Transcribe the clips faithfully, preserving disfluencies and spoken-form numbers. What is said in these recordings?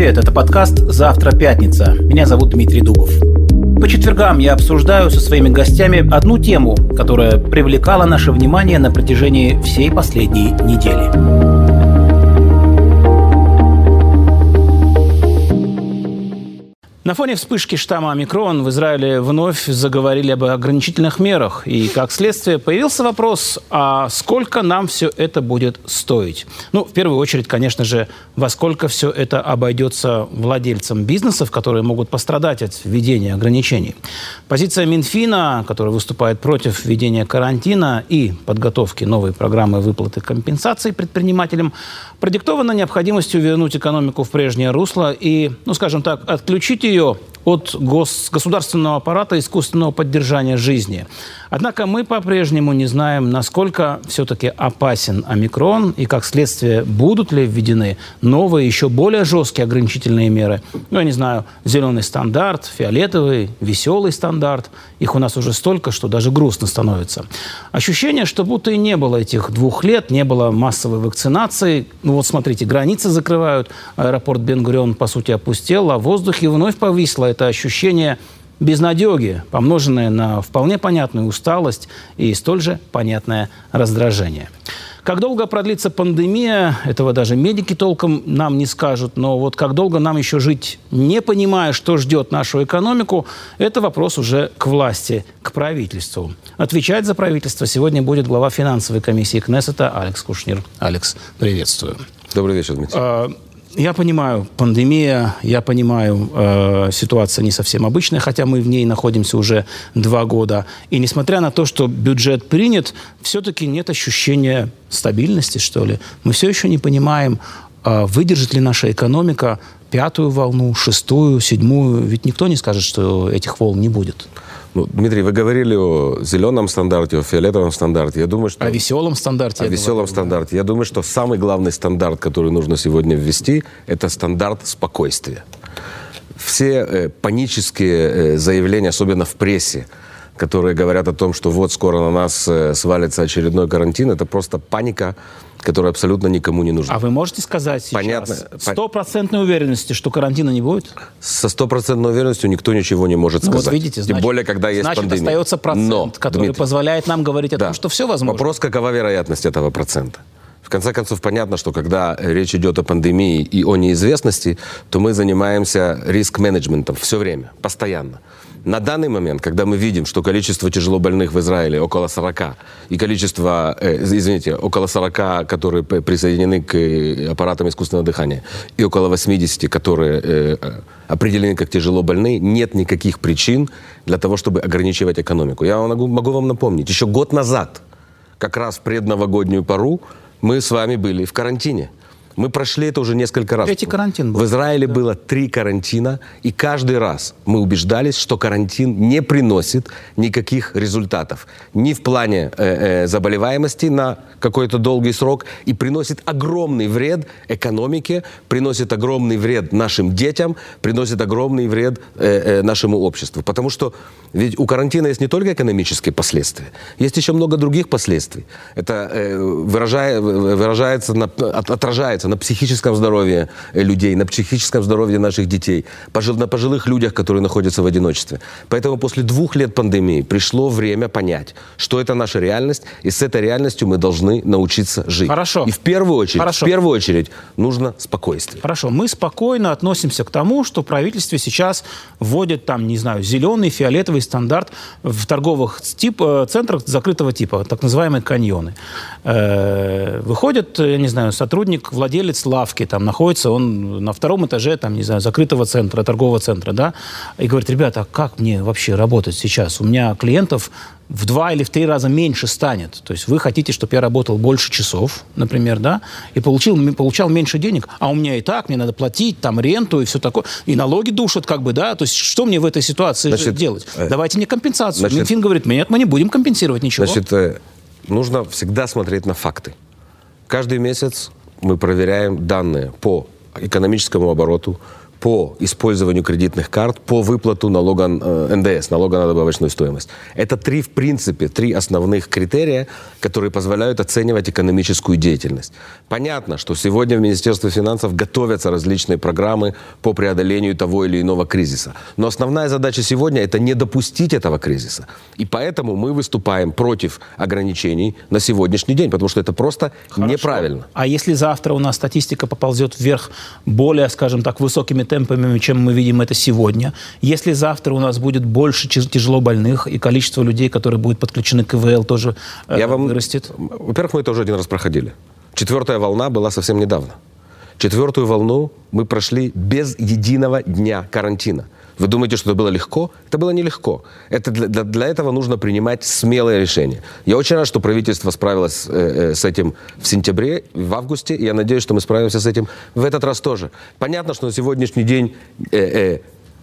привет! Это подкаст «Завтра пятница». Меня зовут Дмитрий Дубов. По четвергам я обсуждаю со своими гостями одну тему, которая привлекала наше внимание на протяжении всей последней недели. На фоне вспышки штамма омикрон в Израиле вновь заговорили об ограничительных мерах. И, как следствие, появился вопрос, а сколько нам все это будет стоить? Ну, в первую очередь, конечно же, во сколько все это обойдется владельцам бизнесов, которые могут пострадать от введения ограничений. Позиция Минфина, которая выступает против введения карантина и подготовки новой программы выплаты компенсаций предпринимателям, продиктована необходимостью вернуть экономику в прежнее русло и, ну, скажем так, отключить ее от гос- государственного аппарата искусственного поддержания жизни. Однако мы по-прежнему не знаем, насколько все-таки опасен омикрон и, как следствие, будут ли введены новые, еще более жесткие ограничительные меры. Ну, я не знаю, зеленый стандарт, фиолетовый, веселый стандарт. Их у нас уже столько, что даже грустно становится. Ощущение, что будто и не было этих двух лет, не было массовой вакцинации. Ну вот смотрите, границы закрывают, аэропорт Бен-Гурион, по сути, опустел, а в воздухе вновь повисло это ощущение безнадеги, помноженное на вполне понятную усталость и столь же понятное раздражение. Как долго продлится пандемия, этого даже медики толком нам не скажут, но вот как долго нам еще жить, не понимая, что ждет нашу экономику, это вопрос уже к власти, к правительству. Отвечать за правительство сегодня будет глава финансовой комиссии Кнессета Алекс Кушнир. Алекс, приветствую. Добрый вечер, Дмитрий. Я понимаю, пандемия, я понимаю, э, ситуация не совсем обычная, хотя мы в ней находимся уже два года. И несмотря на то, что бюджет принят, все-таки нет ощущения стабильности, что ли. Мы все еще не понимаем, э, выдержит ли наша экономика пятую волну, шестую, седьмую. Ведь никто не скажет, что этих волн не будет. Ну, Дмитрий, вы говорили о зеленом стандарте, о фиолетовом стандарте. Я думаю, что... О веселом стандарте. О веселом говорю, стандарте. Да. Я думаю, что самый главный стандарт, который нужно сегодня ввести, это стандарт спокойствия. Все э, панические э, заявления, особенно в прессе, которые говорят о том, что вот скоро на нас э, свалится очередной карантин, это просто паника, которая абсолютно никому не нужна. А вы можете сказать сейчас стопроцентной уверенности, что карантина не будет? Со стопроцентной уверенностью никто ничего не может ну, сказать. Вот видите, значит, Тем более, когда есть значит, пандемия. остается процент, Но, который Дмитрий, позволяет нам говорить о да. том, что все возможно. Вопрос, какова вероятность этого процента? В конце концов, понятно, что когда речь идет о пандемии и о неизвестности, то мы занимаемся риск-менеджментом все время, постоянно. На данный момент, когда мы видим, что количество тяжелобольных в Израиле около сорока, и количество, э, извините, около сорока, которые присоединены к аппаратам искусственного дыхания, и около восьмидесяти, которые э, определены как тяжелобольные, нет никаких причин для того, чтобы ограничивать экономику. Я могу, могу вам напомнить, еще год назад, как раз в предновогоднюю пору, мы с вами были в карантине. Мы прошли это уже несколько раз. Третий карантин был. В Израиле да. было три карантина, и каждый раз мы убеждались, что карантин не приносит никаких результатов. Ни в плане э, э, заболеваемости на какой-то долгий срок, и приносит огромный вред экономике, приносит огромный вред нашим детям, приносит огромный вред э, э, нашему обществу. Потому что ведь у карантина есть не только экономические последствия, есть еще много других последствий. Это э, выражая, выражается, на, от, отражается на психическом здоровье людей, на психическом здоровье наших детей, на пожилых людях, которые находятся в одиночестве. Поэтому после двух лет пандемии пришло время понять, что это наша реальность, и с этой реальностью мы должны научиться жить. Хорошо. И в первую очередь, Хорошо. в первую очередь нужно спокойствие. Хорошо. Мы спокойно относимся к тому, что правительство сейчас вводит там, не знаю, зеленый, фиолетовый стандарт в торговых тип, центрах закрытого типа, так называемые каньоны. Э, выходит, я не знаю, сотрудник, владелец лавки, там находится он на втором этаже, там, не знаю, закрытого центра, торгового центра, да, и говорит: ребята, а как мне вообще работать сейчас? У меня клиентов в два или в три раза меньше станет. То есть вы хотите, чтобы я работал больше часов, например, да, и получил, получал меньше денег, а у меня и так, мне надо платить там ренту и все такое, и налоги душат, как бы, да, то есть что мне в этой ситуации значит, делать? Э, Давайте мне компенсацию. Значит, Минфин говорит: нет, мы не будем компенсировать ничего. Значит, э, нужно всегда смотреть на факты. Каждый месяц мы проверяем данные по экономическому обороту, по по использованию кредитных карт, по выплату налога эн дэ эс, налога на добавочную стоимость. Это три, в принципе, три основных критерия, которые позволяют оценивать экономическую деятельность. Понятно, что сегодня в Министерстве финансов готовятся различные программы по преодолению того или иного кризиса. Но основная задача сегодня – это не допустить этого кризиса. И поэтому мы выступаем против ограничений на сегодняшний день, потому что это просто Хорошо. неправильно. А если завтра у нас статистика поползет вверх более, скажем так, высокими темпами, чем мы видим это сегодня, если завтра у нас будет больше тяжело больных и количество людей, которые будут подключены к ка вэ эл, тоже э, Я вам... вырастет? Во-первых, мы это уже один раз проходили. Четвертая волна была совсем недавно. Четвертую волну мы прошли без единого дня карантина. Вы думаете, что это было легко? Это было нелегко. Это для, для, для этого нужно принимать смелые решения. Я очень рад, что правительство справилось э, э, с этим в сентябре, в августе. И я надеюсь, что мы справимся с этим в этот раз тоже. Понятно, что на сегодняшний день э, э,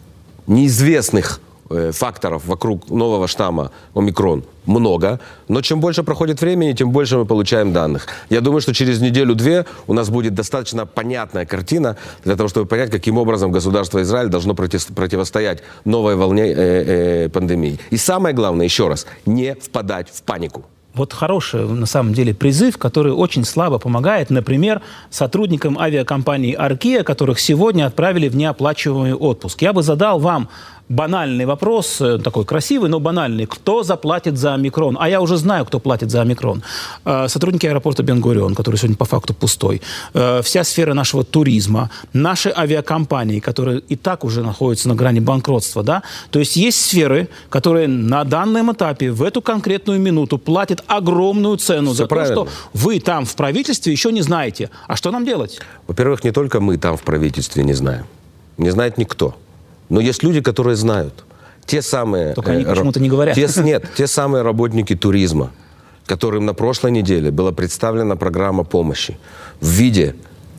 неизвестных э, факторов вокруг нового штамма омикрон много, но чем больше проходит времени, тем больше мы получаем данных. Я думаю, что через неделю-две у нас будет достаточно понятная картина для того, чтобы понять, каким образом государство Израиль должно противостоять новой волне э, э, пандемии. И самое главное, еще раз, не впадать в панику. Вот хороший, на самом деле, призыв, который очень слабо помогает, например, сотрудникам авиакомпании «Аркия», которых сегодня отправили в неоплачиваемый отпуск. Я бы задал вам банальный вопрос, такой красивый, но банальный. Кто заплатит за омикрон? А я уже знаю, кто платит за омикрон. Сотрудники аэропорта Бен-Гурион, который сегодня по факту пустой. Вся сфера нашего туризма. Наши авиакомпании, которые и так уже находятся на грани банкротства. Да? То есть есть сферы, которые на данном этапе, в эту конкретную минуту платят огромную цену Все за правильно. то, что вы там в правительстве еще не знаете. А что нам делать? Во-первых, не только мы там в правительстве не знаем. Не знает никто. Но есть люди, которые знают. Те самые... Только они почему-то не говорят. Те, нет, те самые работники туризма, которым на прошлой неделе была представлена программа помощи в виде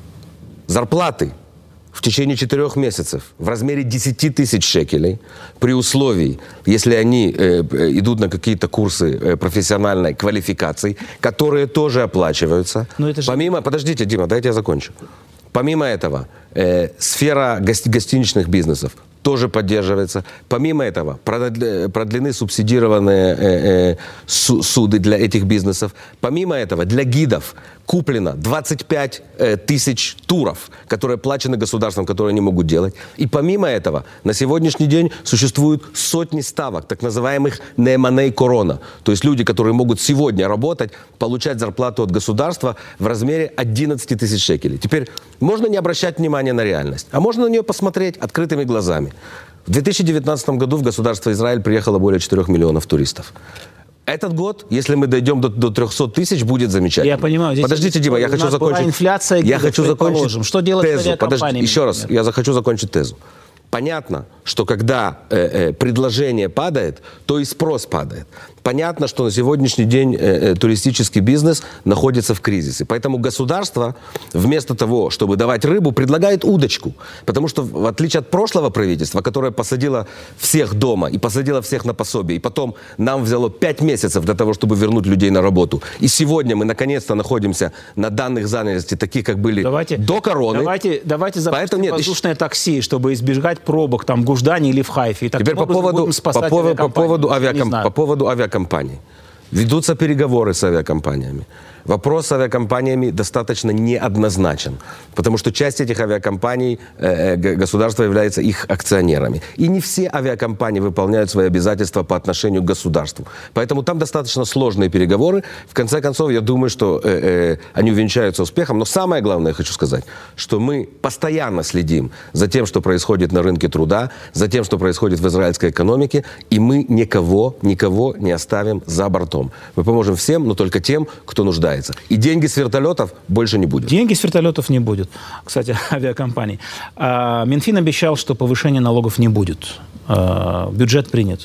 зарплаты в течение четырех месяцев в размере десяти тысяч шекелей, при условии, если они э, идут на какие-то курсы э, профессиональной квалификации, которые тоже оплачиваются. Но это же... Помимо... Подождите, Дима, дайте я закончу. Помимо этого, э, сфера гости- гостиничных бизнесов тоже поддерживается. Помимо этого, продлены субсидированные э, э, суды для этих бизнесов. Помимо этого, для гидов куплено двадцать пять э, тысяч туров, которые оплачены государством, которые они могут делать. И помимо этого, на сегодняшний день существуют сотни ставок, так называемых неэманей корона. То есть люди, которые могут сегодня работать, получать зарплату от государства в размере одиннадцати тысяч шекелей. Теперь можно не обращать внимания на реальность, а можно на нее посмотреть открытыми глазами. В две тысячи девятнадцатом году в государство Израиль приехало более четырёх миллионов туристов. Этот год, если мы дойдем до, до трехсот тысяч, будет замечательно. Я понимаю. Здесь Подождите, Дима, я хочу закончить. Инфляция, я хочу закончить Что делать тезу. с авиакомпаниями? Подожди, еще раз, я захочу закончить тезу. Понятно, что когда э, э, предложение падает, то и спрос падает. Понятно, что на сегодняшний день э, э, туристический бизнес находится в кризисе. Поэтому государство вместо того, чтобы давать рыбу, предлагает удочку. Потому что в отличие от прошлого правительства, которое посадило всех дома и посадило всех на пособие, и потом нам взяло пять месяцев для того, чтобы вернуть людей на работу. И сегодня мы наконец-то находимся на данных занятости, таких, как были давайте, до короны. Давайте, давайте запустим нет, воздушное еще... такси, чтобы избежать пробок там в Гуждане или в Хайфе. И теперь по поводу, по, поводу, по, поводу авиаком, по поводу авиакомпаний. Ведутся переговоры с авиакомпаниями. Вопрос с авиакомпаниями достаточно неоднозначен, потому что часть этих авиакомпаний э, государство является их акционерами. И не все авиакомпании выполняют свои обязательства по отношению к государству. Поэтому там достаточно сложные переговоры. В конце концов, я думаю, что э, э, они увенчаются успехом. Но самое главное, я хочу сказать, что мы постоянно следим за тем, что происходит на рынке труда, за тем, что происходит в израильской экономике, и мы никого, никого не оставим за бортом. Мы поможем всем, но только тем, кто нуждается. И деньги с вертолетов больше не будет. Деньги с вертолетов не будет. Кстати, авиакомпаний. А, Минфин обещал, что повышения налогов не будет. А, бюджет принят.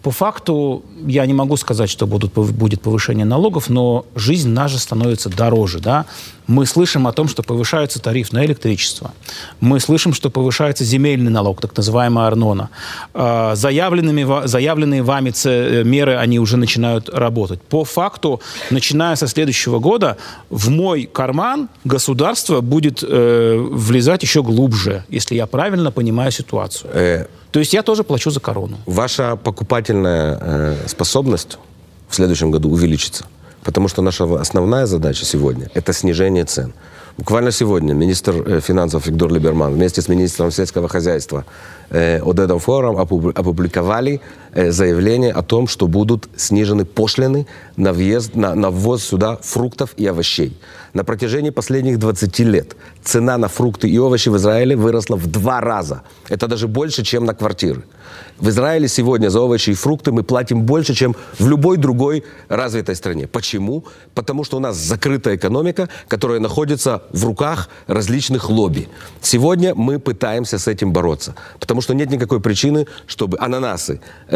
По факту я не могу сказать, что будут, будет повышение налогов, но жизнь наша становится дороже. Да? Мы слышим о том, что повышается тариф на электричество. Мы слышим, что повышается земельный налог, так называемая арнона. Заявленными, заявленные вами меры, они уже начинают работать. По факту, начиная со следующего года, в мой карман государство будет э, влезать еще глубже, если я правильно понимаю ситуацию. Э... То есть я тоже плачу за корону. Ваша покупательная э, способность в следующем году увеличится. Потому что наша основная задача сегодня – это снижение цен. Буквально сегодня министр финансов Виктор Либерман вместе с министром сельского хозяйства э, Одедом Фором опубликовали э, заявление о том, что будут снижены пошлины на, въезд, на, на ввоз сюда фруктов и овощей. На протяжении последних двадцати лет цена на фрукты и овощи в Израиле выросла в два раза. Это даже больше, чем на квартиры. В Израиле сегодня за овощи и фрукты мы платим больше, чем в любой другой развитой стране. Почему? Потому что у нас закрытая экономика, которая находится в руках различных лобби. Сегодня мы пытаемся с этим бороться. Потому что нет никакой причины, чтобы ананасы, э,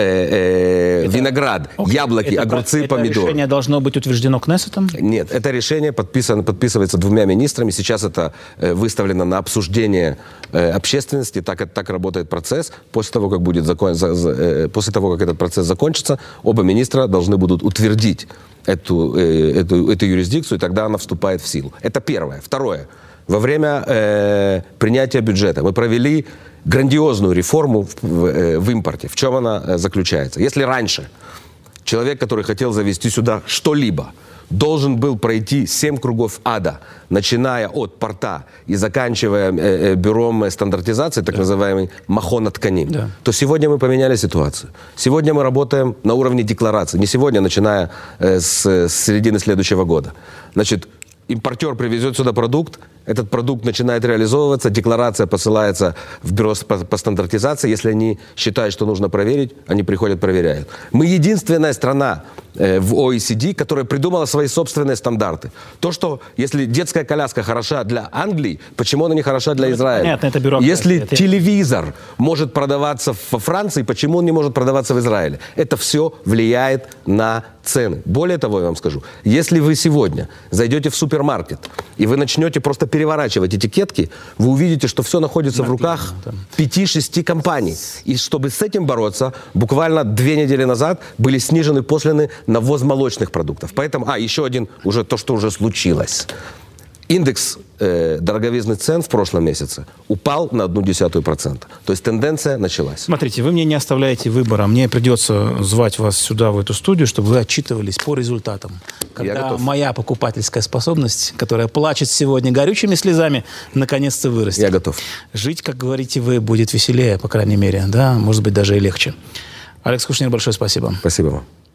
э, это, виноград, окей, яблоки, это, огурцы, это помидоры. Это решение должно быть утверждено Кнессетом? Нет, это решение подписано, подписывается двумя министрами. Сейчас это э, выставлено на обсуждение э, общественности. Так, так работает процесс. После того, как будет закон, за, за, э, после того, как этот процесс закончится, оба министра должны будут утвердить Эту, эту, эту юрисдикцию, и тогда она вступает в силу. Это первое. Второе. Во время э, принятия бюджета мы провели грандиозную реформу в, в, в импорте. В чем она заключается? Если раньше человек, который хотел завезти сюда что-либо, должен был пройти семь кругов ада, начиная от порта и заканчивая э, э, бюром стандартизации, так да. называемый Махон Атканим, да. то сегодня мы поменяли ситуацию. Сегодня мы работаем на уровне декларации. Не сегодня, начиная э, с, с середины следующего года. Значит, импортер привезет сюда продукт, этот продукт начинает реализовываться, декларация посылается в бюро по, по стандартизации. Если они считают, что нужно проверить, они приходят, проверяют. Мы единственная страна э, в о и си ди, которая придумала свои собственные стандарты. То, что если детская коляска хороша для Англии, почему она не хороша для Израиля? Понятно, это бюрократия. Если это... телевизор может продаваться во Франции, почему он не может продаваться в Израиле? Это все влияет на цены. Более того, я вам скажу, если вы сегодня зайдете в супермаркет и вы начнете просто переворачивать этикетки, вы увидите, что все находится Написано, в руках пяти-шести компаний. И чтобы с этим бороться, буквально две недели назад были снижены пошлины на ввоз молочных продуктов. Поэтому, а, еще один, уже то, что уже случилось. Индекс э, дороговизны цен в прошлом месяце упал на одну десятую процента. То есть тенденция началась. Смотрите, вы мне не оставляете выбора. Мне придется звать вас сюда, в эту студию, чтобы вы отчитывались по результатам. Когда моя покупательская способность, которая плачет сегодня горючими слезами, наконец-то вырастет. Я готов. Жить, как говорите вы, будет веселее, по крайней мере. Да, может быть, даже и легче. Алекс Кушнир, большое спасибо. Спасибо вам.